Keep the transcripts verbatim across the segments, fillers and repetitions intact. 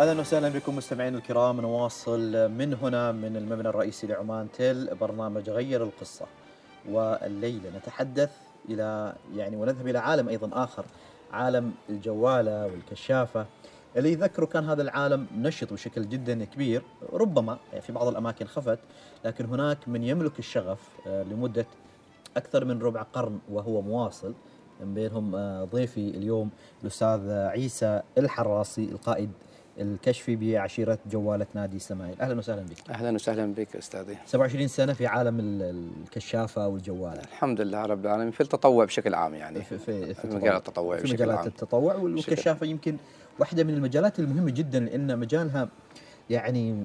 أهلا وسهلا بكم مستمعين الكرام. نواصل من هنا من المبنى الرئيسي لعمان تيل برنامج غير القصة، والليلة نتحدث إلى يعني ونذهب إلى عالم أيضا آخر، عالم الجوالة والكشافة اللي يذكروا كان هذا العالم نشط بشكل جدا كبير. ربما في بعض الأماكن خفت، لكن هناك من يملك الشغف لمدة أكثر من ربع قرن وهو مواصل. من بينهم ضيفي اليوم الأستاذ عيسى الحراسي، القائد الكشفي بعشيرة جوالة نادي سمايل. أهلا وسهلا بك. أهلا وسهلا بك أستاذي. سبعة وعشرين سنة في عالم الكشافة والجوالة. الحمد لله رب العالمين، في التطوع بشكل عام، يعني في, في, في مجال التطوع في مجالات عام. التطوع والكشافة يمكن واحدة من المجالات المهمة جدا، لأن مجالها يعني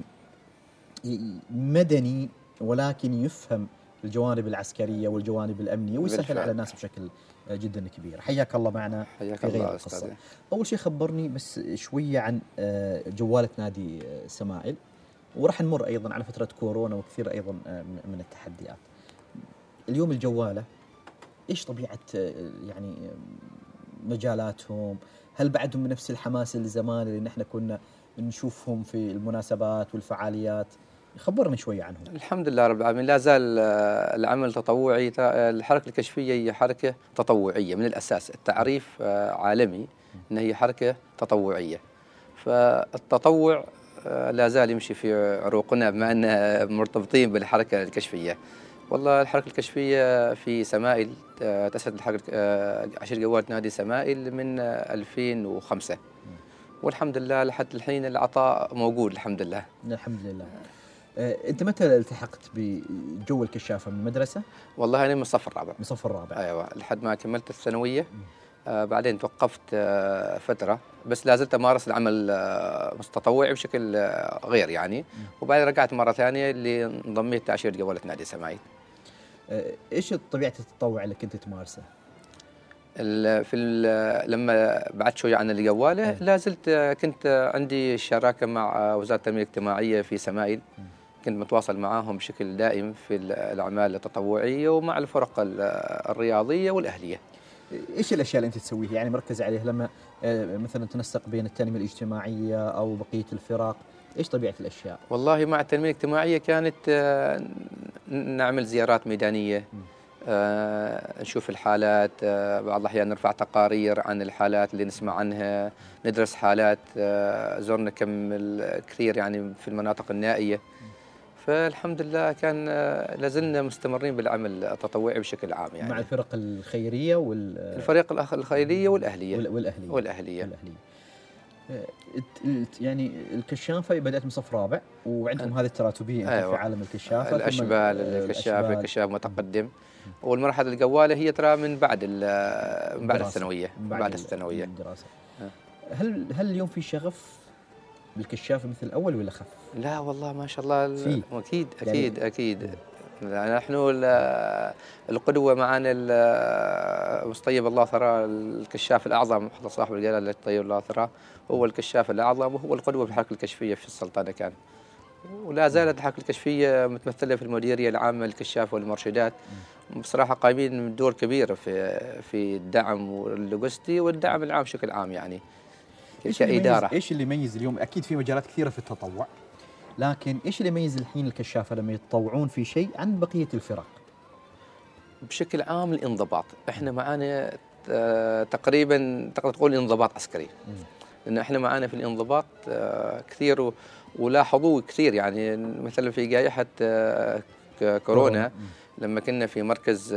مدني ولكن يفهم الجوانب العسكرية والجوانب الأمنية ويسهل بالفعل على الناس بشكل جدا كبير. حياك الله معنا. حياك الله أستاذ. أول شيء خبرني بس شوية عن جوالة نادي سمايل، وراح نمر أيضا على فترة كورونا وكثير أيضا من التحديات. اليوم الجوالة إيش طبيعة يعني مجالاتهم؟ هل بعدهم بنفس الحماس اللي زمان اللي نحن كنا نشوفهم في المناسبات والفعاليات؟ خبرنا شوية عنهم. الحمد لله رب العالمين، لا زال العمل تطوعي. الحركة الكشفية هي حركة تطوعية من الأساس، التعريف عالمي أن هي حركة تطوعية، فالتطوع لا زال يمشي في عروقنا بما أننا مرتبطين بالحركة الكشفية. والله الحركة الكشفية في سمايل تأسست الحركة عشيرة جوالة نادي سمايل من ألفين وخمسة، والحمد لله لحد الحين العطاء موجود الحمد لله. الحمد لله. أنت متى التحقت بجو الكشافة من المدرسة؟ والله أنا من الصف الرابع. من الصف الرابع. أيوة، لحد ما كملت الثانوية. آه بعدين توقفت آه فترة، بس لازلت أمارس العمل آه متطوعي بشكل آه غير يعني. وبعدين رجعت مرة ثانية اللي انضميت لعشيرة جوالة نادي سمايل. آه إيش طبيعة التطوع اللي كنت تمارسه؟ في لما بعد شوي عن الجوالة لازلت كنت عندي شراكة مع وزارة التنمية الاجتماعية في سمايل، كنت متواصل معاهم بشكل دائم في الأعمال التطوعية ومع الفرق الرياضية والأهلية. إيش الأشياء اللي أنت تسويها يعني مركز عليها لما مثلا تنسق بين التنمية الاجتماعية أو بقية الفرق؟ إيش طبيعة الأشياء؟ والله مع التنمية الاجتماعية كانت نعمل زيارات ميدانية، آه نشوف الحالات، آه بعض الأحيان نرفع تقارير عن الحالات اللي نسمع عنها، ندرس حالات، آه زرنا كم كثير يعني في المناطق النائية. فالحمد لله كان آه لازلنا مستمرين بالعمل التطوعي بشكل عام يعني مع الفرق الخيرية وال الفريق الخيرية والأهلية والأهلية والأهلية, والأهلية. يعني الكشافة بدأت من صف رابع وعندهم هذه التراتبية. أيوة. في عالم الكشافة الأشبال الكشافة الكشاف متقدم، والمرحلة الجوالة هي ترى من بعد من بعد الثانوية بعد, بعد الثانوية الدراسة. هل هل اليوم في شغف بالكشافة مثل الأول ولا خف؟ لا والله ما شاء الله في. أكيد أكيد يعني أكيد. نحن القدوة معنا المصطيب الله ثراه الكشاف الأعظم حضر صاحب الجلالة الطيب الله ثراه، هو الكشاف الأعظم وهو القدوة في الحركة الكشفية في السلطنة كان، ولا زالت الحركة الكشفية متمثلة في المديرية العامة للكشافة والمرشدات. بصراحة قايمين من دور كبير في في الدعم واللوجستي والدعم العام بشكل عام يعني كإدارة. إيش اللي يميز اليوم؟ أكيد في مجالات كثيرة في التطوع، لكن إيش اللي يميز الحين الكشافة لما يتطوعون في شيء عن بقية الفرق؟ بشكل عام الانضباط. إحنا معانا تقريبا تقدر تقول انضباط عسكري، لأن إحنا معانا في الانضباط كثير ولاحظوه كثير يعني مثلا في جائحة كورونا لما كنا في مركز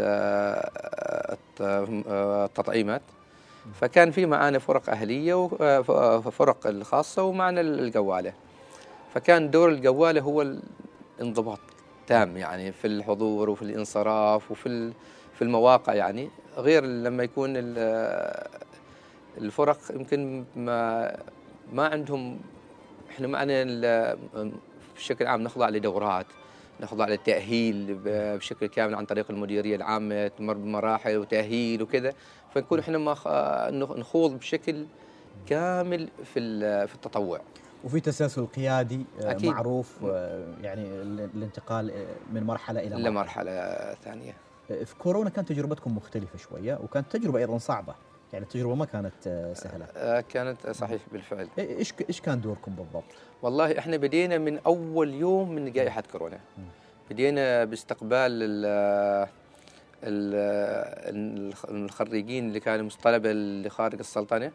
التطعيمات، فكان في معانا فرق أهلية وفرق الخاصة ومعنا الجوالة، فكان دور الجوالة هو الانضباط تام يعني في الحضور وفي الانصراف وفي في المواقع يعني، غير لما يكون الفرق يمكن ما ما عندهم. احنا معنا بشكل عام نخضع لدورات، نخضع للتأهيل بشكل كامل عن طريق المديرية العامة، تمر بمراحل وتأهيل وكذا، فنكون احنا ما نخوض بشكل كامل في في التطوع. وفي تسلسل قيادي أكيد. معروف يعني الانتقال من مرحلة إلى مرحلة, مرحلة ثانية. في كورونا كانت تجربتكم مختلفة شوية وكانت تجربة أيضا صعبة. يعني التجربة ما كانت آه، سهلة. آه، كانت صحيح بالفعل. إيش إيش كان دوركم بالضبط؟ والله إحنا بدينا من أول يوم من جائحة كورونا، بدينا باستقبال ال ال الخريجين اللي كانوا الطلبة اللي خارج السلطنة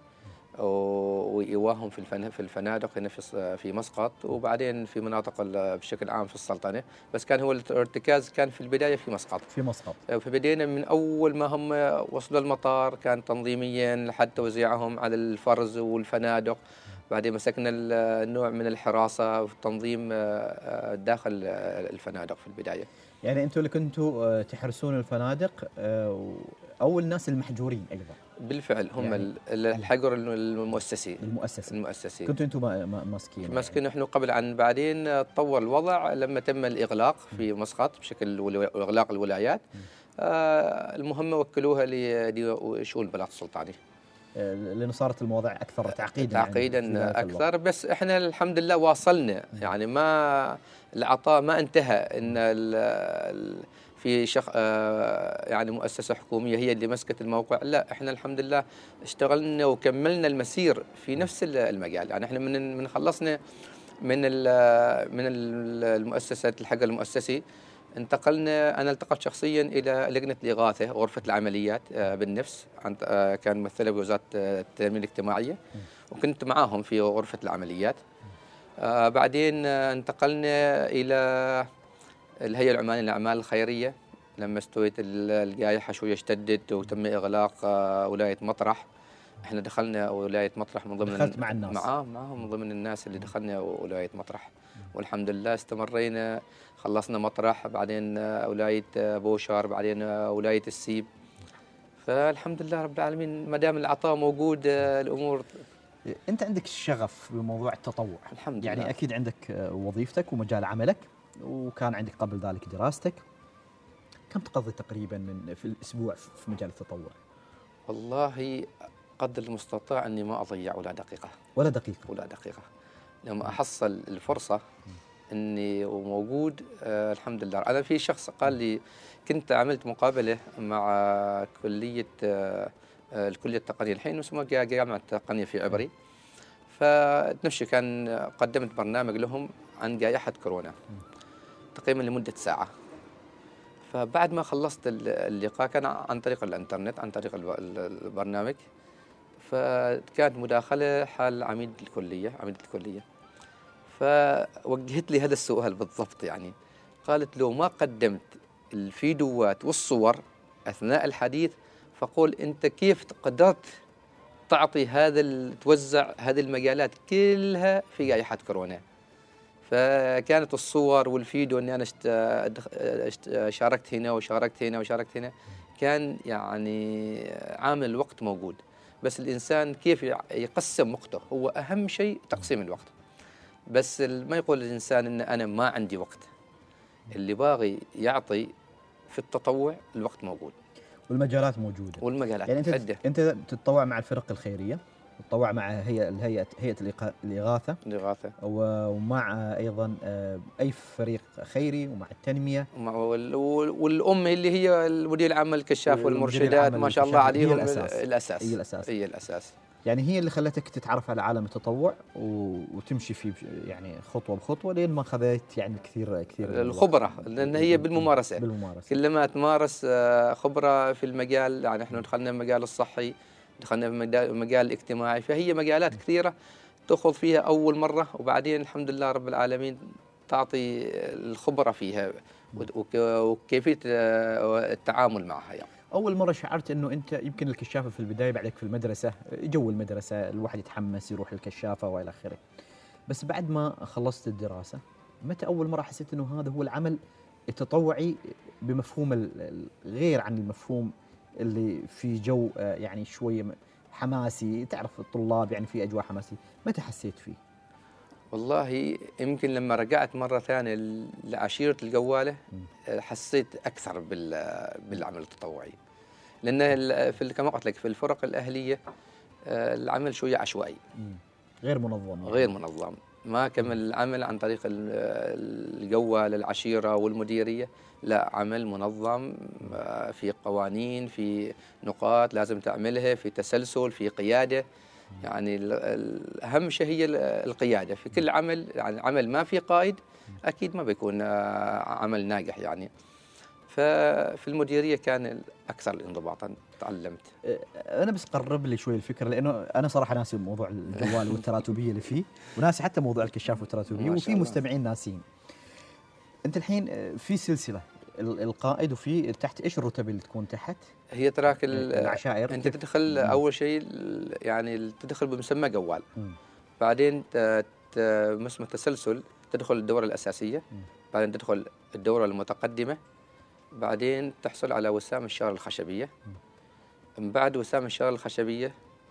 وإيواهم في الفن في الفنادق هنا في في مسقط، وبعدين في مناطق بشكل عام في السلطنة، بس كان هو الارتكاز كان في البداية في مسقط. في مسقط. فبدينا من أول ما هم وصلوا المطار كان تنظيميا لحد توزيعهم على الفرز والفنادق، بعدين مسكنا النوع من الحراسة والتنظيم داخل الفنادق في البداية. يعني أنتم اللي كنتوا تحرسون الفنادق أو الناس المحجورين أيضا؟ بالفعل هم يعني الحجر المؤسسي المؤسسي المؤسسي كنتوا أنتم ماسكين ماسكين نحن قبل عن بعدين تطور الوضع لما تم الإغلاق في مسقط بشكل إغلاق الولايات. آه المهم وكلوها لشؤون البلاط السلطاني لأنه صارت المواضيع أكثر تعقيدا تعقيدا يعني أكثر الوقت. بس إحنا الحمد لله واصلنا يعني ما العطاء ما انتهى إن ال في شخ يعني مؤسسة حكومية هي اللي مسكت الموقع، لا احنا الحمد لله اشتغلنا وكملنا المسير في نفس المجال. يعني احنا من من خلصنا من من المؤسسة الحق المؤسسي انتقلنا، انا التقيت شخصيا الى لجنة الإغاثة غرفة العمليات بالنفس، كان ممثلة بوزارة التنمية الاجتماعية وكنت معاهم في غرفة العمليات. بعدين انتقلنا الى الهيئة العمانية للأعمال الخيرية لما استويت الجائحة شوية اشتدت وتم إغلاق ولاية مطرح. احنا دخلنا ولاية مطرح من ضمن دخلت مع الناس معاه معاهم من ضمن الناس اللي دخلنا ولاية مطرح، والحمد لله استمرينا خلصنا مطرح، بعدين ولاية بوشار، بعدين ولاية السيب. فالحمد لله رب العالمين ما دام العطاء موجود الأمور. أنت عندك شغف بموضوع التطوع الحمد يعني لله. أكيد عندك وظيفتك ومجال عملك وكان عندك قبل ذلك دراستك. كم تقضي تقريبا من في الأسبوع في مجال التطوع؟ والله قدر المستطاع أني ما أضيع ولا دقيقة ولا دقيقة ولا دقيقة لما أحصل الفرصة أني وموجود. آه الحمد لله. أنا في شخص قال لي كنت عملت مقابلة مع كلية آه الكلية التقنية الحين اسمها جامعة التقنية في عبري، فنفسي كان قدمت برنامج لهم عن جائحة كورونا تقريبا لمدة ساعة. فبعد ما خلصت اللقاء كان عن طريق الانترنت عن طريق البرنامج، فكانت مداخلة حال عميد الكلية عميدة الكلية، فوجهت لي هذا السؤال بالضبط. يعني قالت لو ما قدمت الفيديوهات والصور أثناء الحديث فقول أنت كيف قدرت تعطي هذا توزع هذه المجالات كلها في جائحة كورونا. فكانت الصور والفيديو أني أنا شاركت هنا وشاركت هنا وشاركت هنا كان يعني عامل الوقت موجود، بس الإنسان كيف يقسم وقته هو أهم شيء تقسيم الوقت. بس ما يقول الإنسان أن أنا ما عندي وقت، اللي باغي يعطي في التطوع الوقت موجود والمجالات موجودة والمجالات يعني أنت عدة. أنت تتطوع مع الفرق الخيرية، تتطوع مع هيئة الهيئة هيئة الإغاثة الإغاثة ومع أيضا أي فريق خيري ومع التنمية والأم اللي هي المدير العام الكشاف والمرشدات ما شاء الله عليهم. هي الأساس. الأساس هي الأساس هي الأساس يعني هي اللي خلتك تتعرف على عالم التطوع وتمشي فيه يعني خطوة بخطوة لين ما خذيت يعني كثير كثير الخبرة، لأن هي بالممارسة. بالممارسة كلما تمارس خبرة في المجال. يعني احنا دخلنا المجال الصحي، دخلنا في المجال الاجتماعي، فهي مجالات كثيرة تأخذ فيها أول مرة، وبعدين الحمد لله رب العالمين تعطي الخبرة فيها وكيفية التعامل معها. يعني أول مرة شعرت أنه أنت يمكن الكشافة في البداية بعدك في المدرسة، جو المدرسة الواحد يتحمس يروح الكشافة وإلى آخره، بس بعد ما خلصت الدراسة متى أول مرة حسيت أنه هذا هو العمل التطوعي بمفهوم غير عن المفهوم اللي في جو يعني شوية حماسي، تعرف الطلاب يعني في أجواء حماسية، متى حسيت فيه؟ والله يمكن لما رجعت مرة ثانية لعشيرة الجوالة حسيت أكثر بالعمل التطوعي، لأن في كما قلت لك في الفرق الأهلية العمل شوية عشوائي غير منظم يعني. غير منظم ما كمل العمل عن طريق الجوال العشيرة والمديرية، لا، عمل منظم في قوانين، في نقاط لازم تعملها، في تسلسل، في قيادة. يعني أهم شيء هي القيادة في كل عمل. يعني عمل ما في قائد أكيد ما بيكون عمل ناجح يعني. ففي المديرية كان أكثر انضباطا تعلمت. أنا بس قرب لي شوي الفكرة، لأنه أنا صراحة ناسي موضوع الجوال والتراتبية اللي فيه، وناسي حتى موضوع الكشاف والتراتبية، وفي مستمعين ناسين. أنت الحين في سلسلة القائد، وفي تحت إيش الرتب اللي تكون تحت؟ هي تراك العشائر. أنت تدخل أول شيء يعني تدخل بمسمى جوال، بعدين مسمى التسلسل تدخل الدورة الأساسية، بعدين تدخل الدورة المتقدمة، بعدين تحصل على وسام الشارة الخشبية. من بعد وسام الشارة الخشبية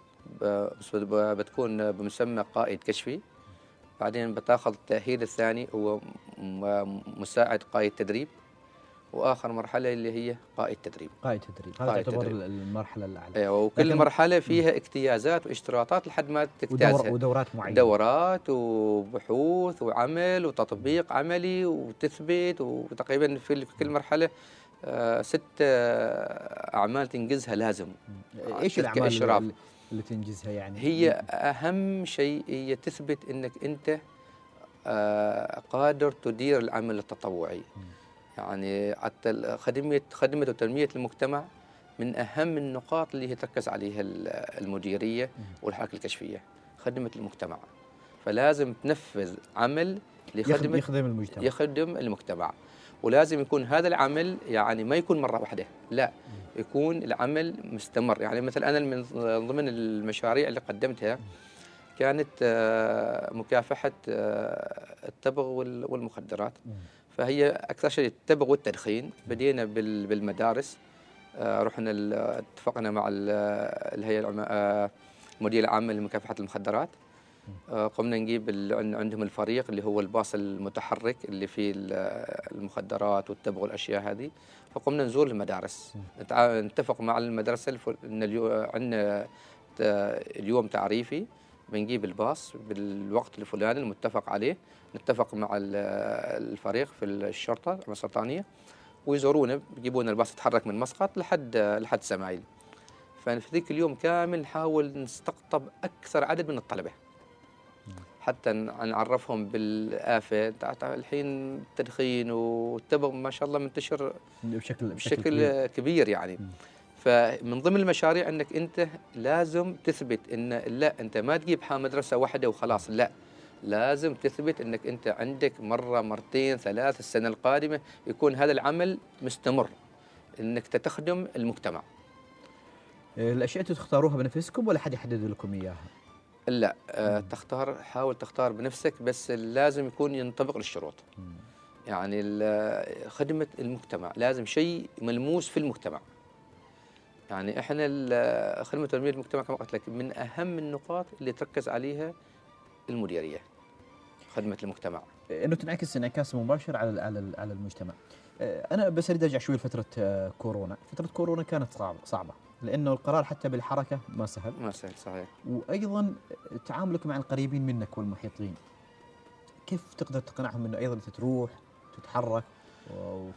بتكون بمسمى قائد كشفي، بعدين بتاخذ التأهيل الثاني هو مساعد قائد تدريب، وآخر مرحلة اللي هي قائد تدريب. قائد تدريب هذا تعتبر المرحلة الأعلى. أيوة، وكل مرحلة فيها اجتيازات واشتراطات لحد ما تجتازها. ودورات معينة. دورات وبحوث وعمل وتطبيق عملي وتثبيت، وتقريبا في كل مرحلة آه ست آه أعمال تنجزها لازم. إيش الأعمال إشراف اللي تنجزها يعني؟ هي أهم شيء هي تثبت أنك أنت آه قادر تدير العمل التطوعي. يعني حتى خدمة خدمة وتنمية المجتمع من أهم النقاط اللي هي تركز عليها المديرية والحركة الكشفية، خدمة المجتمع. فلازم تنفذ عمل لخدمة يخدم المجتمع يخدم المجتمع، ولازم يكون هذا العمل يعني ما يكون مرة واحدة، لا، يكون العمل مستمر. يعني مثلا أنا من ضمن المشاريع اللي قدمتها كانت مكافحة التبغ والمخدرات. فهي أكثر شيء التبغ والتدخين. بدينا بالمدارس، رحنا اتفقنا مع الهيئة المدير العام لمكافحة المخدرات، قمنا نجيب عندهم الفريق اللي هو الباص المتحرك اللي فيه المخدرات والتبغ والأشياء هذه. فقمنا نزور المدارس، نتفق مع المدرسة أن عندنا اليوم تعريفي، بنجيب الباص بالوقت الفلاني المتفق عليه، نتفق مع الفريق في الشرطة السلطانية ويزورونا، بيجيبونا الباص يتحرك من مسقط لحد لحد سمايل. ففي ذيك اليوم كامل نحاول نستقطب أكثر عدد من الطلبة حتى نعرفهم بالآفة. الحين التدخين والتبغ ما شاء الله منتشر بشكل بشكل كبير, كبير يعني. فمن ضمن المشاريع أنك أنت لازم تثبت أن لا، أنت ما تجيب مدرسة واحدة وخلاص، لا، لازم تثبت أنك أنت عندك مرة مرتين ثلاث السنة القادمة يكون هذا العمل مستمر، أنك تخدم المجتمع. الأشياء تختاروها بنفسكم ولا حد يحدد لكم إياها؟ لا، آه تختار، حاول تختار بنفسك، بس لازم يكون ينطبق للشروط. مم. يعني خدمة المجتمع لازم شيء ملموس في المجتمع. يعني احنا خدمة تنمية المجتمع كما قلت لك من أهم النقاط اللي تركز عليها المديرية، خدمة المجتمع، انه تنعكس انعكاس مباشر على على على المجتمع. انا بس اريد ارجع شوي لفترة كورونا. فترة كورونا كانت صعبة صعبة لانه القرار حتى بالحركة ما سهل ما سهل صحيح، وايضا تعاملك مع القريبين منك والمحيطين، كيف تقدر تقنعهم انه ايضا تروح تتحرك؟ و...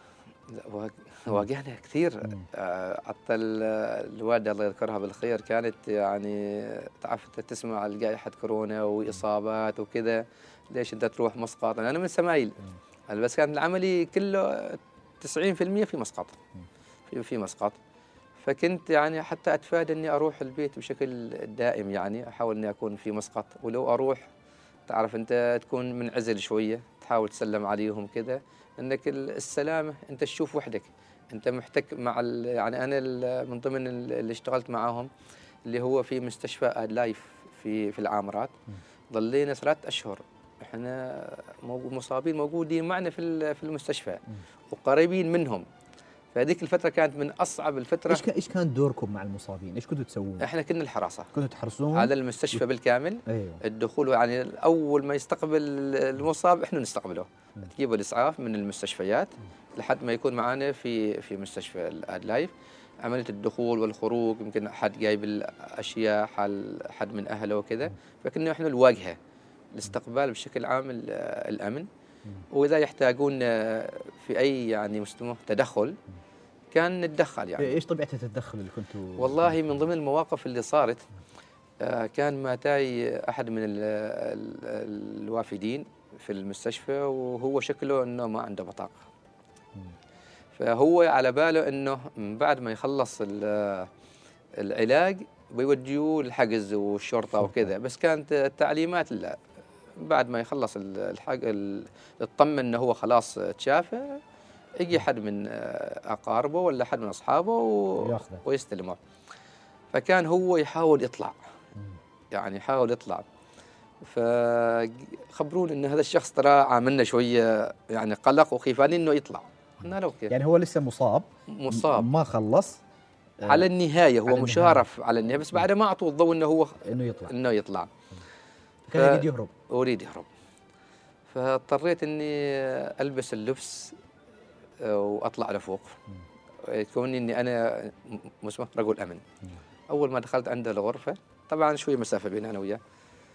واجهنا كثير. حتى الوالدة الله يذكرها بالخير كانت يعني تعرف تسمع جائحة كورونا وإصابات وكذا، ليش أنت تروح مسقط؟ أنا من سمايل بس كان العملي كله تسعين بالمئة في مسقط، في في مسقط. فكنت يعني حتى أتفادى إني أروح البيت بشكل دائم، يعني أحاول إني أكون في مسقط، ولو أروح تعرف أنت تكون منعزل شوية، تحاول تسلم عليهم كذا، انك السلامه انت تشوف وحدك، انت محتك مع يعني انا من ضمن اللي اشتغلت معاهم اللي هو في مستشفى اد لايف في في العامرات، ظلينا ثلاث اشهر احنا مصابين موجودين معنا في في المستشفى وقريبين منهم. فهذيك الفتره كانت من اصعب الفتره. ايش ايش كان دوركم مع المصابين؟ ايش كنتوا تسوون؟ احنا كنا الحراسه، كنتوا تحرسون على المستشفى بالكامل. أيوه. الدخول يعني اول ما يستقبل المصاب احنا نستقبله، تجيبوا الاسعاف من المستشفيات لحد ما يكون معانا في في مستشفى الاد لايف. عمليه الدخول والخروج، يمكن حد جايب الاشياء، حد من اهله وكذا، فكنا احنا الواجهه الاستقبال بشكل عام ال- الامن، واذا يحتاجون في اي يعني مستوى تدخل كان نتدخل يعني. ايش طبيعه التدخل اللي كنتوا؟ والله من ضمن المواقف اللي صارت آه، كان ماتاي احد من ال- ال- الوافدين في المستشفى، وهو شكله انه ما عنده بطاقه، فهو على باله انه من بعد ما يخلص ال- العلاج بيوديوه الحجز والشرطه وكذا، بس كانت التعليمات لا، بعد ما يخلص ال- الحق ال- يطمن انه هو خلاص تشافى، يجي حد من آه، اقاربه ولا حد من اصحابه و- ياخذه. ويستلمه. فكان هو يحاول يطلع، يعني يحاول يطلع، فخبروني ان هذا الشخص ترى عاملنا شويه يعني قلق وخيفان انه يطلع. قلنا له كيف؟ يعني هو لسه مصاب، مصاب ما خلص على النهايه، هو على مشارف على النهايه، بس بعد ما اعطوه الضوء انه هو انه يطلع، انه يطلع، كان يريد يهرب. اريد يهرب. فاضطريت اني البس اللبس واطلع لفوق، كوني اني انا مسمى رجل امن. اول ما دخلت عنده الغرفه، طبعا شويه مسافه بيننا انا وياه،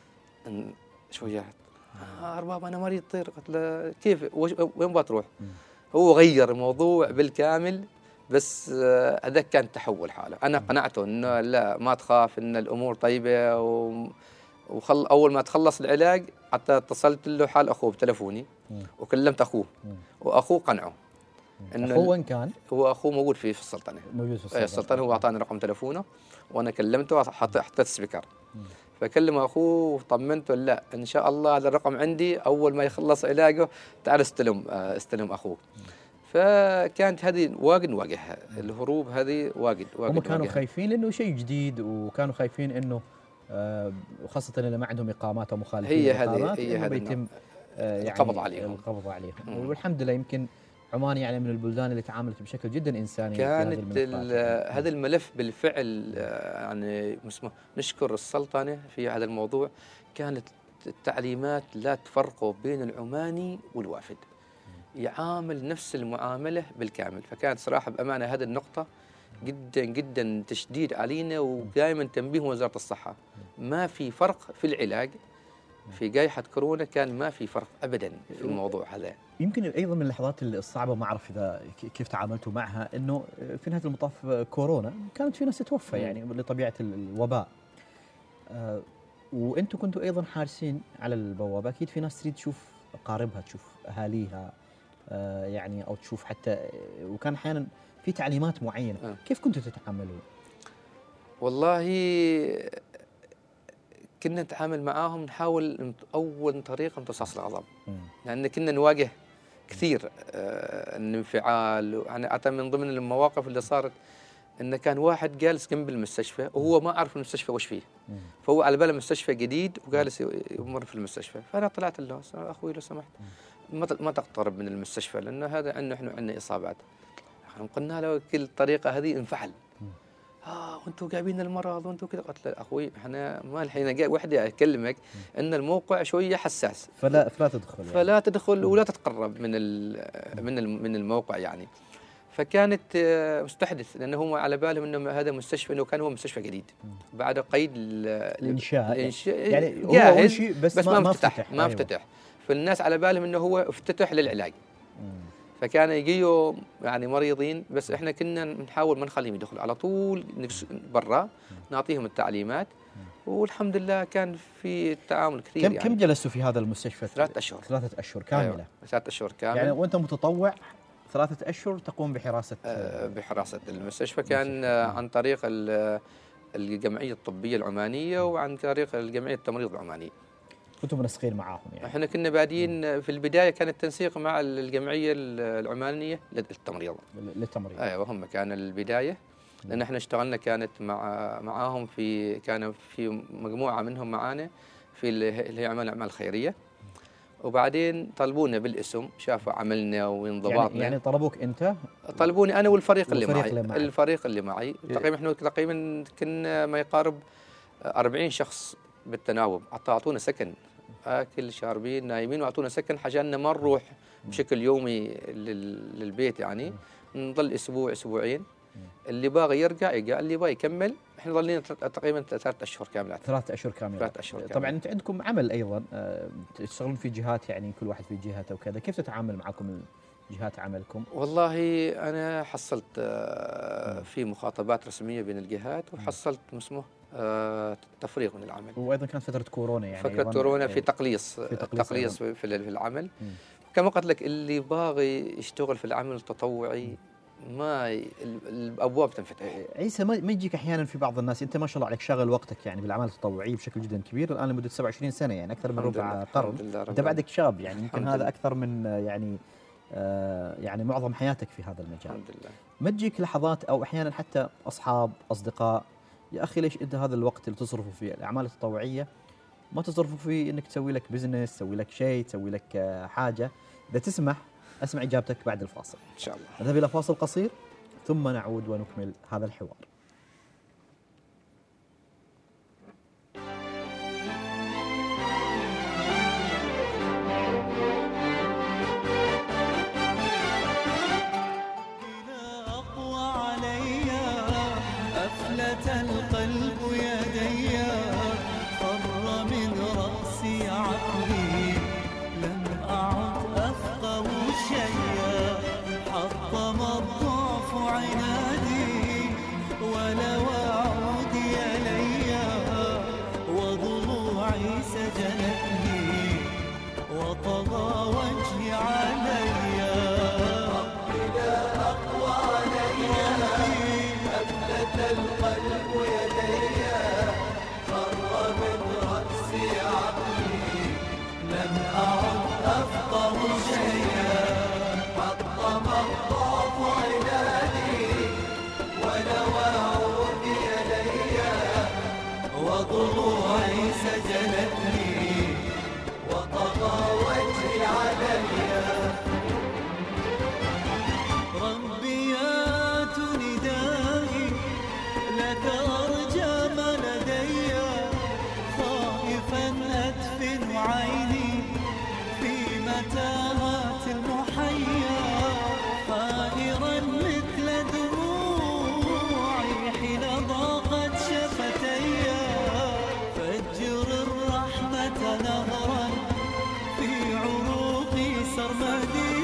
شويه آه ارباب انا مريض طير. قلت له كيف وين بتروح؟ هو غير الموضوع بالكامل، بس هذاك كان تحول حاله. انا قنعته انه لا ما تخاف، ان الامور طيبه، و وخل اول ما تخلص العلاج حتى اتصلت له حال اخوه بتلفوني وكلمت اخوه، واخوه قنعه. اخوه وين كان؟ هو اخوه موجود في في السلطنه. موجود في السلطنه. اي السلطنه، هو اعطاني رقم تلفونه وانا كلمته وحطيت حطيت سبيكر. فكلم اخوه وطمنته لا ان شاء الله هذا الرقم عندي، اول ما يخلص علاجه تعال استلم استلم اخوك. فكانت هذه واجد نواجهها، الهروب هذه واجد واجد. هم كانوا خايفين لانه شيء جديد، وكانوا خايفين انه آه وخاصه اللي ما عندهم اقامات او مخالفين هي هذه هي هذه هذه بيتم آه يعني القبض عليهم القبض عليهم مم. والحمد لله يمكن عمان يعني من البلدان اللي تعاملت بشكل جدا انساني. كانت هذا الملف بالفعل يعني مسمى نشكر السلطنه في هذا الموضوع. كانت التعليمات لا تفرقوا بين العماني والوافد، يعامل نفس المعامله بالكامل. فكانت صراحه بامانه هذه النقطه جدا جدا تشديد علينا، ودائما تنبيه وزاره الصحه ما في فرق في العلاج. في جائحة كورونا كان ما في فرق أبدا في الموضوع هذا. يمكن أيضا من اللحظات الصعبة، ما أعرف إذا كيف تعاملتوا معها، أنه في نهاية المطاف كورونا كانت في ناس تتوفى يعني لطبيعة الوباء، آه وأنتم كنتوا أيضا حارسين على البوابة، أكيد في ناس تريد تشوف أقاربها، تشوف أهاليها، آه يعني أو تشوف حتى، وكان أحيانا في تعليمات معينة. آه. كيف كنتوا تتعاملون؟ والله كنا نتعامل معاهم، نحاول أول طريقة امتصاص الغضب، لأن كنا نواجه كثير آه الانفعال. يعني حتى من ضمن المواقف اللي صارت إنه كان واحد جالس جنب المستشفى وهو ما عارف المستشفى وش فيه، فهو على باله مستشفى جديد وجالس يمر في المستشفى. فأنا طلعت له أخوي لو سمحت ما تقترب من المستشفى، لأنه هذا عندنا إحنا عندنا إصابات. قلنا له كل طريقة هذه انفعل. اه وانتم جايبين المرض وانتم كذا. قلت له اخوي احنا ما الحين جاي وحدي اكلمك ان الموقع شويه حساس، فلا فلا تدخل فلا يعني. تدخل ولا تتقرب من من من الموقع يعني. فكانت مستحدث، لانه هم على بالهم انه هذا مستشفى، انه كان هو مستشفى جديد بعد قيد الانشاء، الانشاء يعني جاهز بس, بس ما, ما افتتح ما افتتح أيوة. فالناس على بالهم انه هو افتتح للعلاج. فكان يجيوا يعني مريضين، بس احنا كنا نحاول ما نخليهم يدخلوا على طول برا، نعطيهم التعليمات، والحمد لله كان في تعامل كثير. كم يعني كم جلستوا في هذا المستشفى؟ ثلاثة اشهر. ثلاثة اشهر كاملة. أيوة. ثلاثة اشهر كاملة. يعني وانت متطوع ثلاثة اشهر تقوم بحراسة آه بحراسة المستشفى. كان آه عن طريق الجمعية الطبية العمانية وعن طريق الجمعية التمريض العمانية. كنتوا منسقين معاهم يعني؟ احنا كنا بادين في البدايه، كان التنسيق مع الجمعيه العمانيه للتمريض. للتمريض ايوه هم كان البدايه، لان احنا اشتغلنا كانت مع معاهم في كان في مجموعه منهم معانا في اللي هي اعمال الاعمال الخيريه، وبعدين طلبونا بالاسم، شافوا عملنا وانضباطنا. يعني, يعني طلبوك انت؟ طلبوني انا والفريق اللي معي. اللي معي. الفريق اللي معي تقريبا احنا تقريبا كنا ما يقارب أربعين شخص بالتناوب، حتى اعطونا سكن، اكل شاربين نايمين، واعطونا سكن حاجه ما نروح بشكل يومي للبيت، يعني نضل اسبوع اسبوعين اللي باغي يرجع يرجع، اللي باغي يكمل. احنا ظلينا تقريبا ثلاث اشهر كامله. ثلاث اشهر كامله. ثلاث اشهر كامله. طبعا انت عندكم عمل ايضا، تشتغلون في جهات، يعني كل واحد في جهته وكذا، كيف تتعامل معكم جهات عملكم؟ والله انا حصلت في مخاطبات رسميه بين الجهات، وحصلت اسمه تفريغ من العمل. وايضا كانت فتره كورونا، يعني فتره كورونا في تقليص في تقليص, تقليص في, في العمل. م. كما قلت لك، اللي باغي يشتغل في العمل التطوعي ما ي... الابواب تنفتح. عيسى، ما يجيك احيانا في بعض الناس، انت ما شاء الله عليك شاغل وقتك يعني بالاعمال التطوعيه بشكل جدا كبير الان لمده سبعة وعشرين سنه، يعني اكثر من ربع قرن. انت بعدك شاب، يعني يمكن هذا اكثر من يعني آه يعني معظم حياتك في هذا المجال. الحمد لله. ما تجيك لحظات او احيانا حتى اصحاب اصدقاء، يا اخي ليش انت هذا الوقت اللي تصرفه في الاعمال التطوعيه ما تصرفه في انك تسوي لك بزنس، تسوي لك شيء، تسوي لك حاجه؟ اذا تسمح اسمع اجابتك بعد الفاصل ان شاء الله. نذهب الى فاصل قصير ثم نعود ونكمل هذا الحوار. القلب يدي فر من رأسي عقلي، لم أعد أفقه شيئا، حطم الضعف عنادي ولو أعود إلي، وضلوعي سجنتني وطغى وجهي علي. ربي لا أقوى علي، أفلت القلب يدي فر من رأسي عقلي، لم أعد أفقه شيئا، حطم الضعف عنادي ولو أعود إلي، وضلوعي سجنتني وطغى وجهي علي. ربي يا ندائي لك أرجى ما لدي، خائفا أدفن عيني في متاهات المحيا، حائرا مثل دموعي حين ضاقت شفتي، فجر الرحمة نهرا في عروقي سرمديا.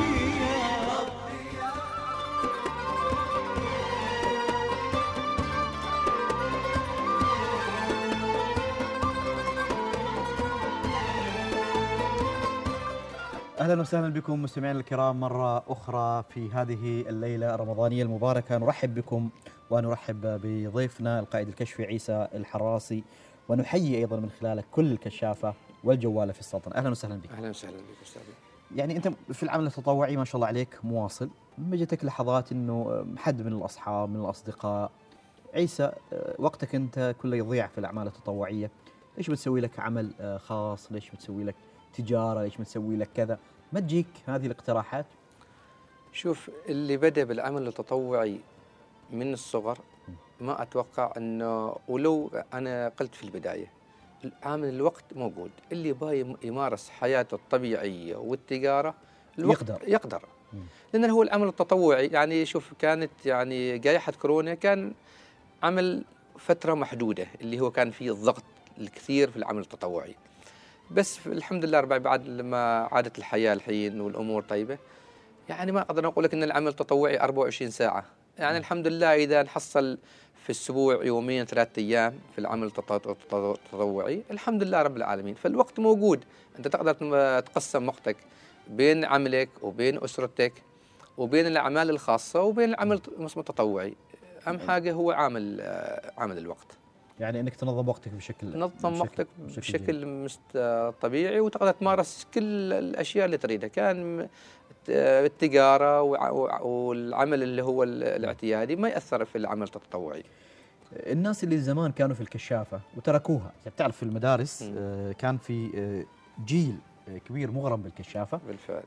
أهلا وسهلا بكم مستمعينا الكرام مرة أخرى في هذه الليلة الرمضانية المباركة. نرحب بكم ونرحب بضيفنا القائد الكشفي عيسى الحراسي، ونحيي أيضا من خلالك كل الكشافة والجوالة في السلطنة. أهلا وسهلا بك. أهلا وسهلا بك أستاذ. يعني أنت في العمل التطوعي ما شاء الله عليك مواصل، ما جتك لحظات أنه حد من الأصحاب من الأصدقاء عيسى وقتك أنت كله يضيع في الأعمال التطوعية، ليش بتسوي لك عمل خاص، ليش بتسوي لك تجارة، ليش بتسوي لك كذا؟ ما تجيك هذه الاقتراحات؟ شوف، اللي بدأ بالعمل التطوعي من الصغر ما أتوقع أنه، ولو أنا قلت في البداية عامل الوقت موجود، اللي باي يمارس حياته الطبيعية والتجارة الوقت يقدر يقدر لأن هو العمل التطوعي. يعني شوف، كانت يعني جائحة كورونا كان عمل فترة محدودة اللي هو كان فيه الضغط الكثير في العمل التطوعي، بس الحمد لله ربع بعد لما عادت الحياة الحين والأمور طيبة، يعني ما أقدر أقول لك أن العمل التطوعي أربعة وعشرين ساعة، يعني الحمد لله إذا نحصل في الأسبوع يومين ثلاثة أيام في العمل التطوعي الحمد لله رب العالمين، فالوقت موجود، أنت تقدر تقسم وقتك بين عملك وبين أسرتك وبين الأعمال الخاصة وبين العمل التطوعي. أهم حاجة هو عامل عامل الوقت، يعني انك تنظم وقتك بشكل تنظم وقتك بشكل, بشكل طبيعي، وتقدر تمارس كل الاشياء اللي تريدها، كان التجاره والعمل اللي هو الاعتيادي ما ياثر في العمل التطوعي. الناس اللي زمان كانوا في الكشافه وتركوها، بتعرف في المدارس م. كان في جيل كبير مغرم بالكشافه بالفعل،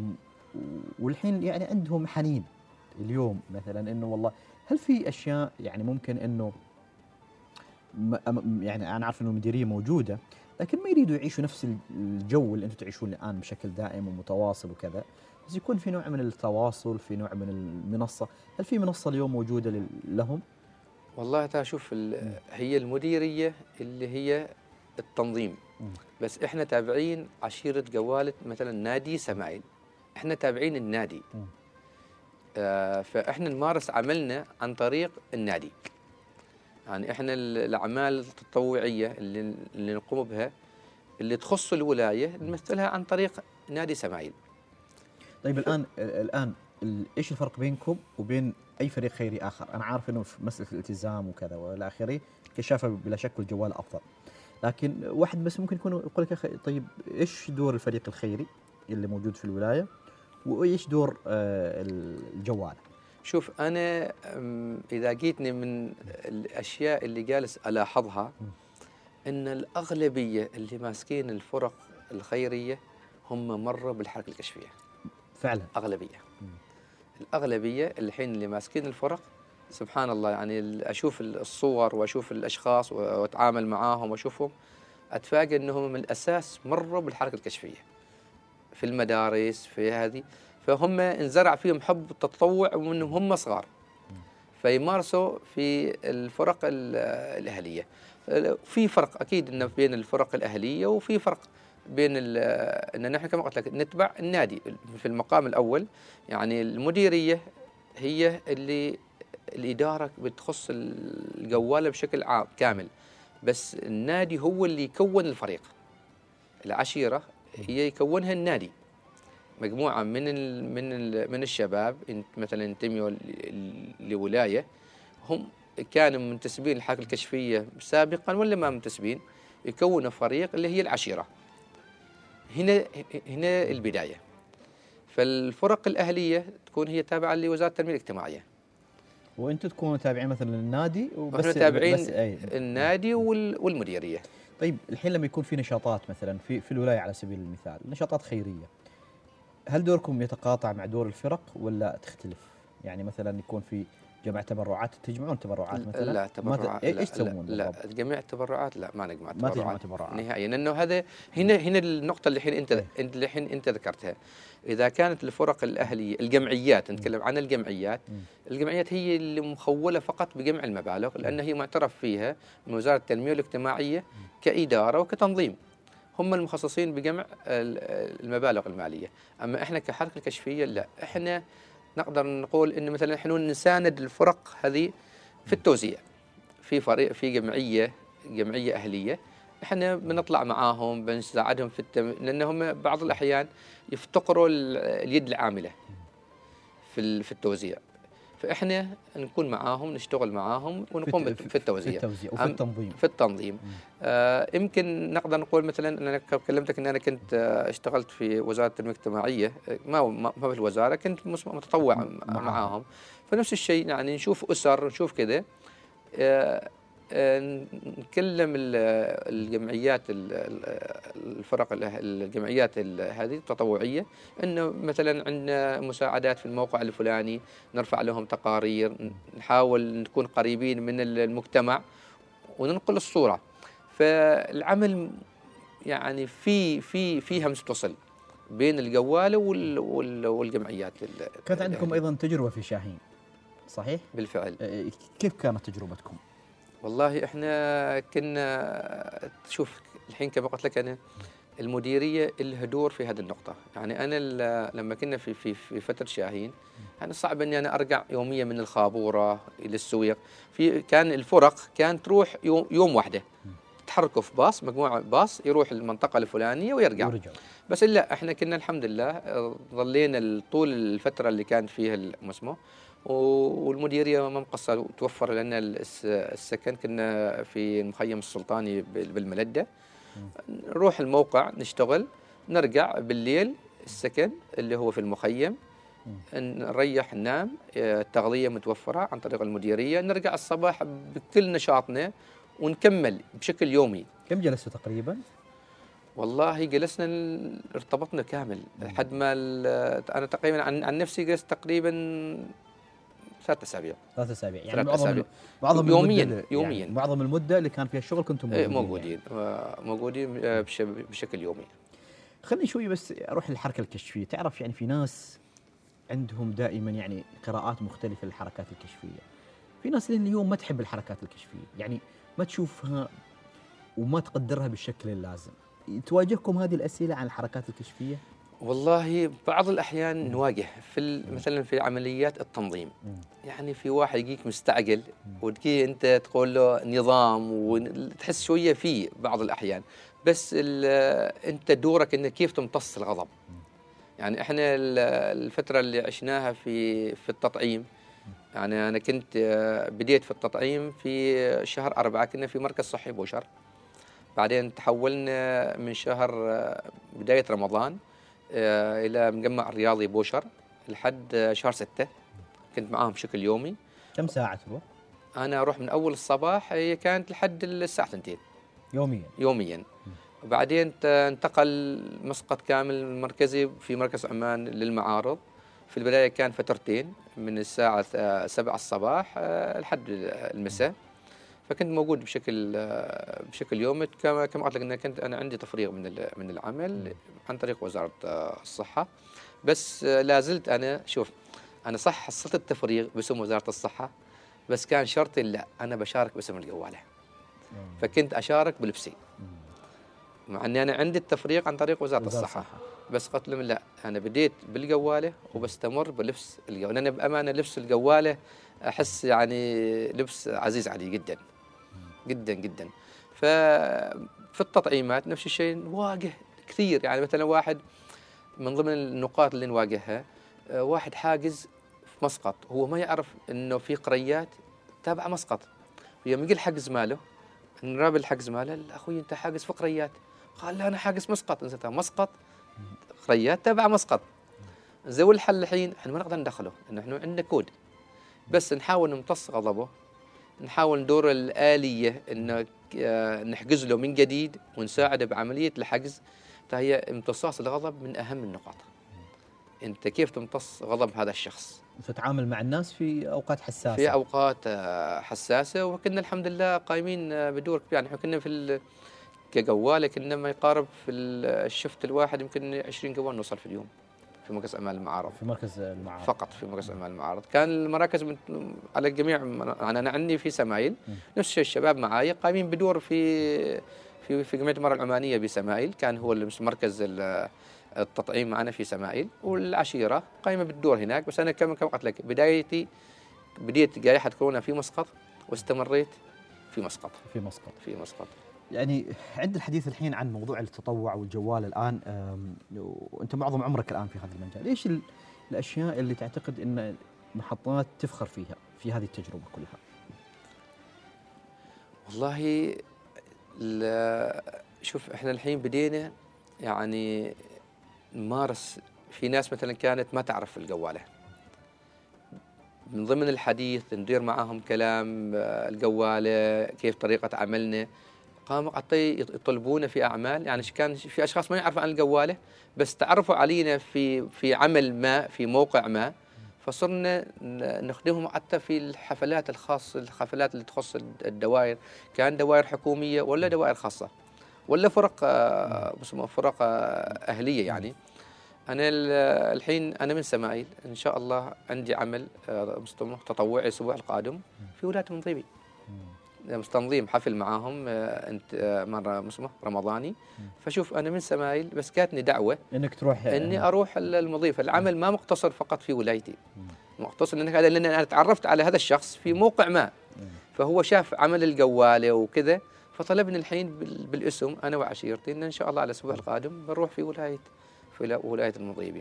والحين يعني عندهم حنين اليوم مثلا انه والله هل في اشياء يعني ممكن انه يعني أنا عارف إنه المديرية موجودة لكن ما يريدوا يعيشوا نفس الجو اللي أنتم تعيشون الآن بشكل دائم ومتواصل وكذا، بس يكون في نوع من التواصل، في نوع من المنصة. هل في منصة اليوم موجودة لل- لهم؟ والله تا شوف ال- هي المديرية اللي هي التنظيم، مم. بس احنا تابعين عشيرة قوالة مثلا نادي سمايل، احنا تابعين النادي. مم. آه فاحنا نمارس عملنا عن طريق النادي. يعني احنا ال- الاعمال التطوعية اللي, اللي نقوم بها اللي تخص الولاية نمثلها عن طريق نادي سمايل. طيب الآن الآن ال- إيش الفرق بينكم وبين أي فريق خيري آخر؟ أنا عارف إنه في مسألة الالتزام وكذا والى آخره كشافة بلا شك والجوال أفضل، لكن واحد بس ممكن يكون يقول لك يا أخي طيب إيش دور الفريق الخيري اللي موجود في الولاية، وإيش دور آه، الجوال؟ شوف أنا أم، إذا جيتني من الأشياء اللي جالس ألاحظها أن الأغلبية اللي ماسكين الفرق الخيرية هم مروا بالحركة الكشفية. فعلا أغلبية الأغلبية الحين اللي ماسكين الفرق سبحان الله، يعني ال- أشوف الصور وأشوف الأشخاص وأتعامل معاهم وأشوفهم أتفاجئ أنهم من الأساس مروا بالحركة الكشفية في المدارس في هذه، فهم انزرع فيهم حب التطوع ومنهم هم صغار فيمارسوا في الفرق ال- الأهلية. في فرق أكيد إنه بين الفرق الأهلية وفي فرق بين ال- إن نحن كما قلت لك نتبع النادي في المقام الأول. يعني المديرية هي اللي الإدارة بتخص الجوالة بشكل عام كامل، بس النادي هو اللي يكون الفريق. العشيرة هي يكونها النادي، مجموعة من ال من ال من الشباب انت مثلا ينتموا ل- لولاية، هم كانوا منتسبين للحركة الكشفية سابقا ولا ما منتسبين، يكونوا فريق اللي هي العشيرة. هنا هنا البداية. فالفرق الأهلية تكون هي تابعة لوزارة التنمية الاجتماعية، وأنتم تكونوا تابعين مثلا للنادي وبس ونحن تابعين بس أي. النادي وال- والمديرية. طيب الحين لما يكون في نشاطات مثلا في في الولاية على سبيل المثال نشاطات خيرية، هل دوركم يتقاطع مع دور الفرق ولا تختلف؟ يعني مثلا يكون في جمع تبرعات، تجمعون تبرعات مثلا؟ لا ما ت- تبرعات إيه- لا ايش تسوون لا, بالضبط؟ لا جميع التبرعات لا ما نجمع ما تجمع تبرعات تبرعات نهائيا، لانه هذا هنا هنا النقطه اللي الحين انت إيه. انت الحين انت ذكرتها. اذا كانت الفرق الاهليه الجمعيات، نتكلم عن الجمعيات، مم. الجمعيات هي اللي مخوله فقط بجمع المبالغ، لان هي معترف فيها من وزاره التنميه الاجتماعيه كاداره وكتنظيم، هم المخصصين بجمع ال- المبالغ الماليه. اما احنا كحركه كشفيه لا، احنا نقدر نقول ان مثلا احنا نساند الفرق هذه في التوزيع. في فريق في جمعيه جمعيه اهليه احنا بنطلع معاهم بنساعدهم في التم... لانهم بعض الاحيان يفتقروا ال- اليد العامله في ال- في التوزيع، فاحنا نكون معاهم نشتغل معاهم ونقوم في بالت- في التوزيع في التوزيع وفي أم- التنظيم. في التنظيم. آه يمكن نقدر نقول مثلا ان انا كلمتك ان انا كنت آه اشتغلت في وزاره التنميه الاجتماعيه، آه، ما ما ما في الوزاره، كنت مس- متطوع معاهم. معاهم. فنفس الشيء يعني نشوف اسر نشوف كذا، آه آه، نكلم ال- الجمعيات ال- ال- الفرق الأه- الجمعيات ال- هذه التطوعيه انه مثلا عندنا مساعدات في الموقع الفلاني، نرفع لهم تقارير، نحاول نكون قريبين من المجتمع وننقل الصوره. فالعمل يعني في في في همزه وصل بين الجواله وال- وال- والجمعيات ال- كانت عندكم الأهلية. ايضا تجربة في شاهين، صحيح؟ بالفعل. آه، كيف كانت تجربتكم؟ والله احنا كنا تشوف الحين كما قلت لك انا المديريه لها دور في هذه النقطه. يعني انا ال- لما كنا في في في فتره شاهين يعني صعب اني انا ارجع يوميا من الخابوره الى السويق. في كان الفرق كانت تروح يوم يوم واحده، تحركوا في باص مجموعه باص يروح المنطقه الفلانيه ويرجع. ورجعوا. بس لا احنا كنا الحمد لله آه، ظلينا طول الفتره اللي كان فيها المسمى، والمديريه ما مقصر توفر لنا الس- السكن. كنا في المخيم السلطاني بال- بالملده، نروح الموقع نشتغل نرجع بالليل السكن اللي هو في المخيم، نريح ننام، آه، التغذيه متوفره عن طريق المديريه، نرجع الصباح بكل نشاطنا ونكمل بشكل يومي. كم جلستوا تقريبا؟ والله جلسنا ال- ارتبطنا كامل لحد ما ال- انا تقريبا عن, عن نفسي جلست تقريبا ثلاث اسابيع. ثلاث اسابيع يعني ثلاث معظم أسابيع. معظم يومياً- المدة يومياً. يعني معظم المده اللي كان فيها الشغل كنتم إيه، موجودين. موجودين آه، موجودين آه، بش- بشكل يومي. خليني شوي بس اروح للحركه الكشفيه. تعرف يعني في ناس عندهم دائما يعني قراءات مختلفه للحركات الكشفيه. في ناس لين اليوم ما تحب الحركات الكشفيه، يعني ما تشوفها وما تقدرها بالشكل اللازم. تواجهكم هذه الاسئله عن الحركات الكشفيه؟ والله بعض الأحيان نواجه في مثلا في عمليات التنظيم. يعني في واحد يجيك مستعجل وتجي أنت تقول له نظام وتحس شوية فيه بعض الأحيان، بس أنت دورك إنك كيف تمتص الغضب. يعني إحنا الفترة اللي عشناها في في التطعيم، يعني أنا كنت بديت في التطعيم في شهر أربعة، كنا في مركز صحي بوشر. بعدين تحولنا من شهر بداية رمضان إلى مجمع رياضي بوشر لحد شهر ستة. كنت معاهم بشكل يومي. كم ساعة تروح؟ أنا أروح من أول الصباح، هي كانت لحد الساعة اثنتين يوميا. يوميا. وبعدين انتقل مسقط كامل المركزي في مركز عمان للمعارض. في البداية كان فترتين من الساعة سبعة الصباح لحد المساء، فكنت موجود بشكل بشكل يومي. كما كما قلت لك ان كنت انا عندي تفريغ من من العمل عن طريق وزاره الصحه، بس لا زلت انا شوف انا صح حصلت التفريغ باسم وزاره الصحه، بس كان شرطي لا انا بشارك باسم الجواله. فكنت اشارك بلبسي مع اني انا عندي التفريغ عن طريق وزاره الصحه، بس قلت لهم لا انا بديت بالجواله وبستمر بلبس الجواله، لان بامانه لبس الجواله احس يعني لبس عزيز علي جدا جدا جدا. ففي التطعيمات نفس الشيء نواجه كثير. يعني مثلا واحد من ضمن النقاط اللي نواجهها، واحد حاجز في مسقط، هو ما يعرف انه في قريات تابعه مسقط. يوم يجي الحجز ماله نراب الحجز ماله، اخوي انت حاجز في قريات، قال لا انا حاجز مسقط. نزلت مسقط قريات تابعه مسقط. زي والحل الحين احنا ما نقدر ندخله لانه احنا عندنا كود، بس نحاول نمتص غضبه، نحاول ندور الآلية إنه نحجز له من جديد ونساعده بعملية الحجز. فهي امتصاص الغضب من أهم النقاط. أنت كيف تمتص غضب هذا الشخص؟ تتعامل مع الناس في أوقات حساسة. في أوقات حساسة، وكنا الحمد لله قايمين بدور كبير. يعني احنا كنا في كجوالة كنا ما يقارب في الشفت الواحد يمكن عشرين جوال نوصل في اليوم في مركز أعمال المعارض. في مركز المعارض فقط في مركز أعمال المعارض. كان المراكز على الجميع. يعني أنا عندي في سمايل نفس الشيء، الشباب معاي قايمين بدور في في في جمعية المرأة العمانية بسمايل، كان هو مركز التطعيم معنا في سمايل، والعشيرة قايمة بالدور هناك. بس أنا كما كما قلت لك بدايتي بديت جائحة كورونا في مسقط واستمريت في مسقط. في مسقط في مسقط. يعني عند الحديث الحين عن موضوع التطوع والجوال الآن، وأنت معظم عمرك الآن في هذا المجال، إيش الأشياء اللي تعتقد أن محطات تفخر فيها في هذه التجربة كلها؟ والله شوف احنا الحين بدينا يعني نمارس. في ناس مثلا كانت ما تعرف الجوالة، من ضمن الحديث ندير معهم كلام الجوالة كيف طريقة عملنا. قاموا حتى يطلبونا في اعمال، يعني كان في اشخاص ما يعرفوا عن الجواله بس تعرفوا علينا في في عمل ما في موقع ما، فصرنا نخدمهم حتى في الحفلات الخاصه، الحفلات اللي تخص الدوائر، كان دوائر حكوميه ولا دوائر خاصه ولا فرق بسموها فرق اهليه. يعني انا الحين انا من سمايل ان شاء الله عندي عمل تطوعي الاسبوع القادم في ولايه المنظيبي، مستنظيم حفل معاهم انت مره اسمه رمضاني. فشوف انا من سمايل بس كاتني دعوه انك تروح اني اروح المضيفه. العمل ما مقتصر فقط في ولايتي، مقتصر انك لان انا تعرفت على هذا الشخص في موقع ما، فهو شاف عمل الجواله وكذا، فطلبني الحين بالاسم انا وعشيرتي ان ان شاء الله على الاسبوع القادم بنروح في ولايه في ولايه المضيبي.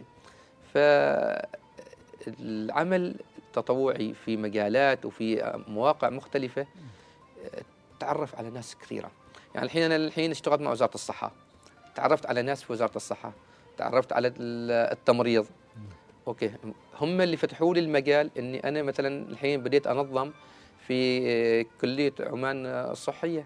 فالعمل التطوعي في مجالات وفي مواقع مختلفه تعرف على ناس كثيرة. يعني الحين أنا الحين اشتغلت مع وزارة الصحة، تعرفت على ناس في وزارة الصحة، تعرفت على التمريض. أوكي، هم اللي فتحوا لي المجال إني أنا مثلا الحين بديت أنظم في كلية عمان الصحية.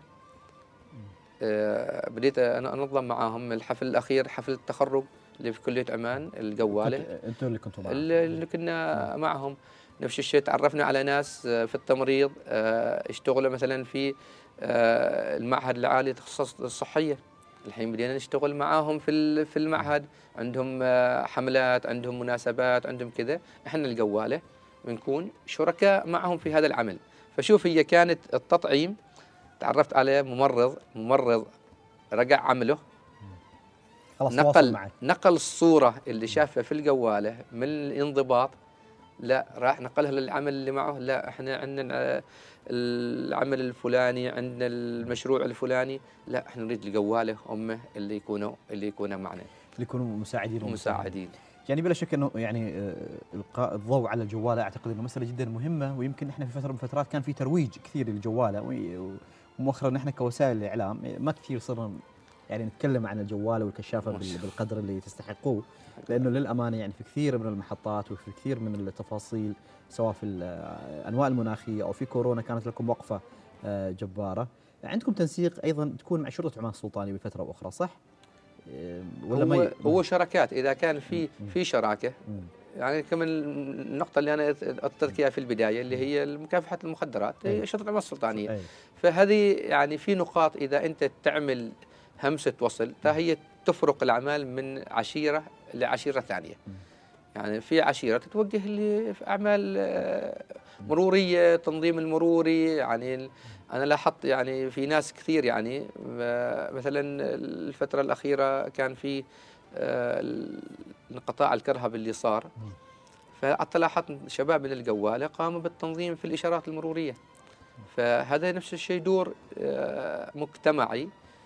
بديت أنا أنظم معاهم الحفل الأخير، حفل التخرج اللي في كلية عمان الجوالة. أنتوا اللي كنتوا معهم؟ اللي كنا معهم. نفس الشيء تعرفنا على ناس في التمريض اشتغلوا مثلا في المعهد العالي للتخصصات الصحية، الحين بدينا نشتغل معاهم في في المعهد، عندهم حملات، عندهم مناسبات، عندهم كذا، احنا الجواله بنكون شركاء معهم في هذا العمل. فشوف هي كانت التطعيم، تعرفت على ممرض ممرض رجع عمله، نقل نقل الصوره اللي شافها في الجواله من الانضباط، لا راح نقلها للعمل اللي معه، لا احنا عندنا العمل الفلاني، عندنا المشروع الفلاني، لا احنا نريد الجواله امه اللي يكونوا اللي يكونوا معنا، اللي يكونوا مساعدين ومساعدين. يعني بلا شك انه يعني القاء الضوء على الجواله اعتقد انه مساله جدا مهمه، ويمكن احنا في فتره من الفترات كان في ترويج كثير للجواله، ومؤخرا نحن كوسائل الاعلام ما كثير صرنا يعني نتكلم عن الجواله والكشافه بالقدر اللي تستحقوه، لانه للامانه يعني في كثير من المحطات وفي كثير من التفاصيل سواء في الانواع المناخيه او في كورونا كانت لكم وقفه جباره. عندكم تنسيق ايضا تكون مع شرطه عمان السلطاني بفتره اخرى صح؟ ولا هو, ما هو شراكات، اذا كان في في شراكه يعني كمان النقطه اللي انا اثرت فيها في البدايه اللي هي مكافحه المخدرات، هي شرطه عمان السلطانيه. فهذه يعني في نقاط اذا انت تعمل همسه وصل فهي تفرق الاعمال من عشيره لعشيره ثانيه. يعني في عشيره تتوجه لاعمال مروريه، تنظيم المروري. يعني انا لاحظت يعني في ناس كثير يعني مثلا الفتره الاخيره كان في انقطاع الكرهب اللي صار، فحتى لاحظت شباب من الجواله قاموا بالتنظيم في الاشارات المروريه. فهذا نفس الشيء دور مجتمعي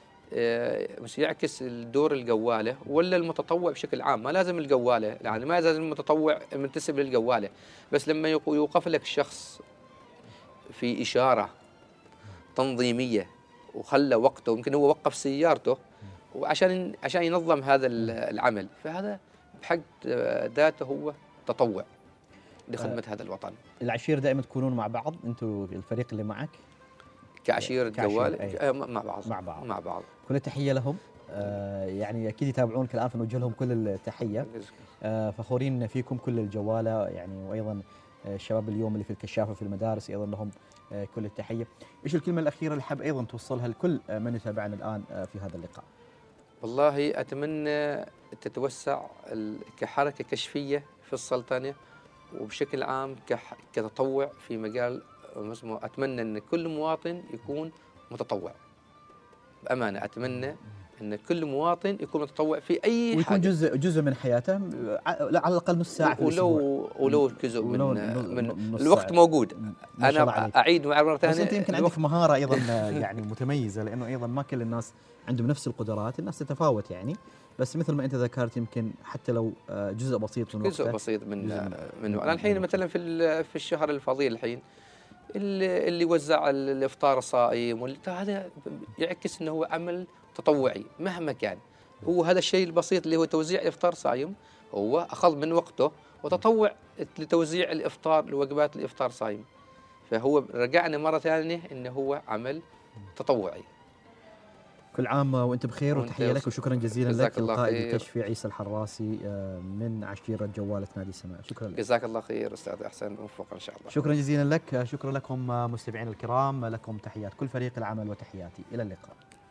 مش يعكس الدور الجواله ولا المتطوع بشكل عام. ما لازم الجواله، يعني ما لازم المتطوع منتسب للجواله، بس لما يوقف لك شخص في اشاره تنظيميه وخلى وقته، يمكن هو وقف سيارته وعشان عشان ينظم هذا العمل، فهذا بحد ذاته هو تطوع لخدمه آه هذا الوطن. العشيره دائما تكونون مع بعض انتم الفريق اللي معك كعشيره جوال أيه. مع بعض مع بعض مع بعض كل التحيه لهم. آه يعني اكيد يتابعونك الان فنوجه لهم كل التحيه. آه فخورين فيكم كل الجواله يعني، وايضا الشباب اليوم اللي في الكشافه في المدارس ايضا لهم آه كل التحيه. ايش الكلمه الاخيره اللي حاب ايضا توصلها لكل من يتابعنا الان آه في هذا اللقاء؟ والله اتمنى تتوسع كحركه كشفيه في السلطنه وبشكل عام كتطوع في مجال. اتمنى ان كل مواطن يكون متطوع بامانه، اتمنى ان كل مواطن يكون متطوع في اي ويكون حاجه، جزء جزء من حياته على الاقل نص ساعه في ولو الاسبوع، ولو جزء من, من الوقت موجود. انا اعيد مره ثانيه، بس انت يمكن عندك مهاره ايضا يعني متميزه، لانه ايضا ما كل الناس عندهم نفس القدرات، الناس تتفاوت يعني، بس مثل ما انت ذكرت يمكن حتى لو جزء بسيط من جزء وقته بسيط من من انا الحين مثلا في في الشهر الفضيل الحين اللي اللي وزع الافطار الصائم، هذا يعكس انه هو عمل تطوعي مهما كان. هو هذا الشيء البسيط اللي هو توزيع افطار صايم، هو اخذ من وقته وتطوع لتوزيع الافطار لوجبات الافطار صايم، فهو رجعنا مره ثانيه انه هو عمل تطوعي. كل عام وانت بخير وتحيه لك وشكرا جزيلا لك القائد الكشفي عيسى الحراسي من عشيره جواله نادي السماء. شكرا لك. جزاك الله خير استاذ احسن، موفق ان شاء الله. شكرا جزيلا لك. شكرا لكم مستمعين الكرام، لكم تحيات كل فريق العمل وتحياتي، الى اللقاء.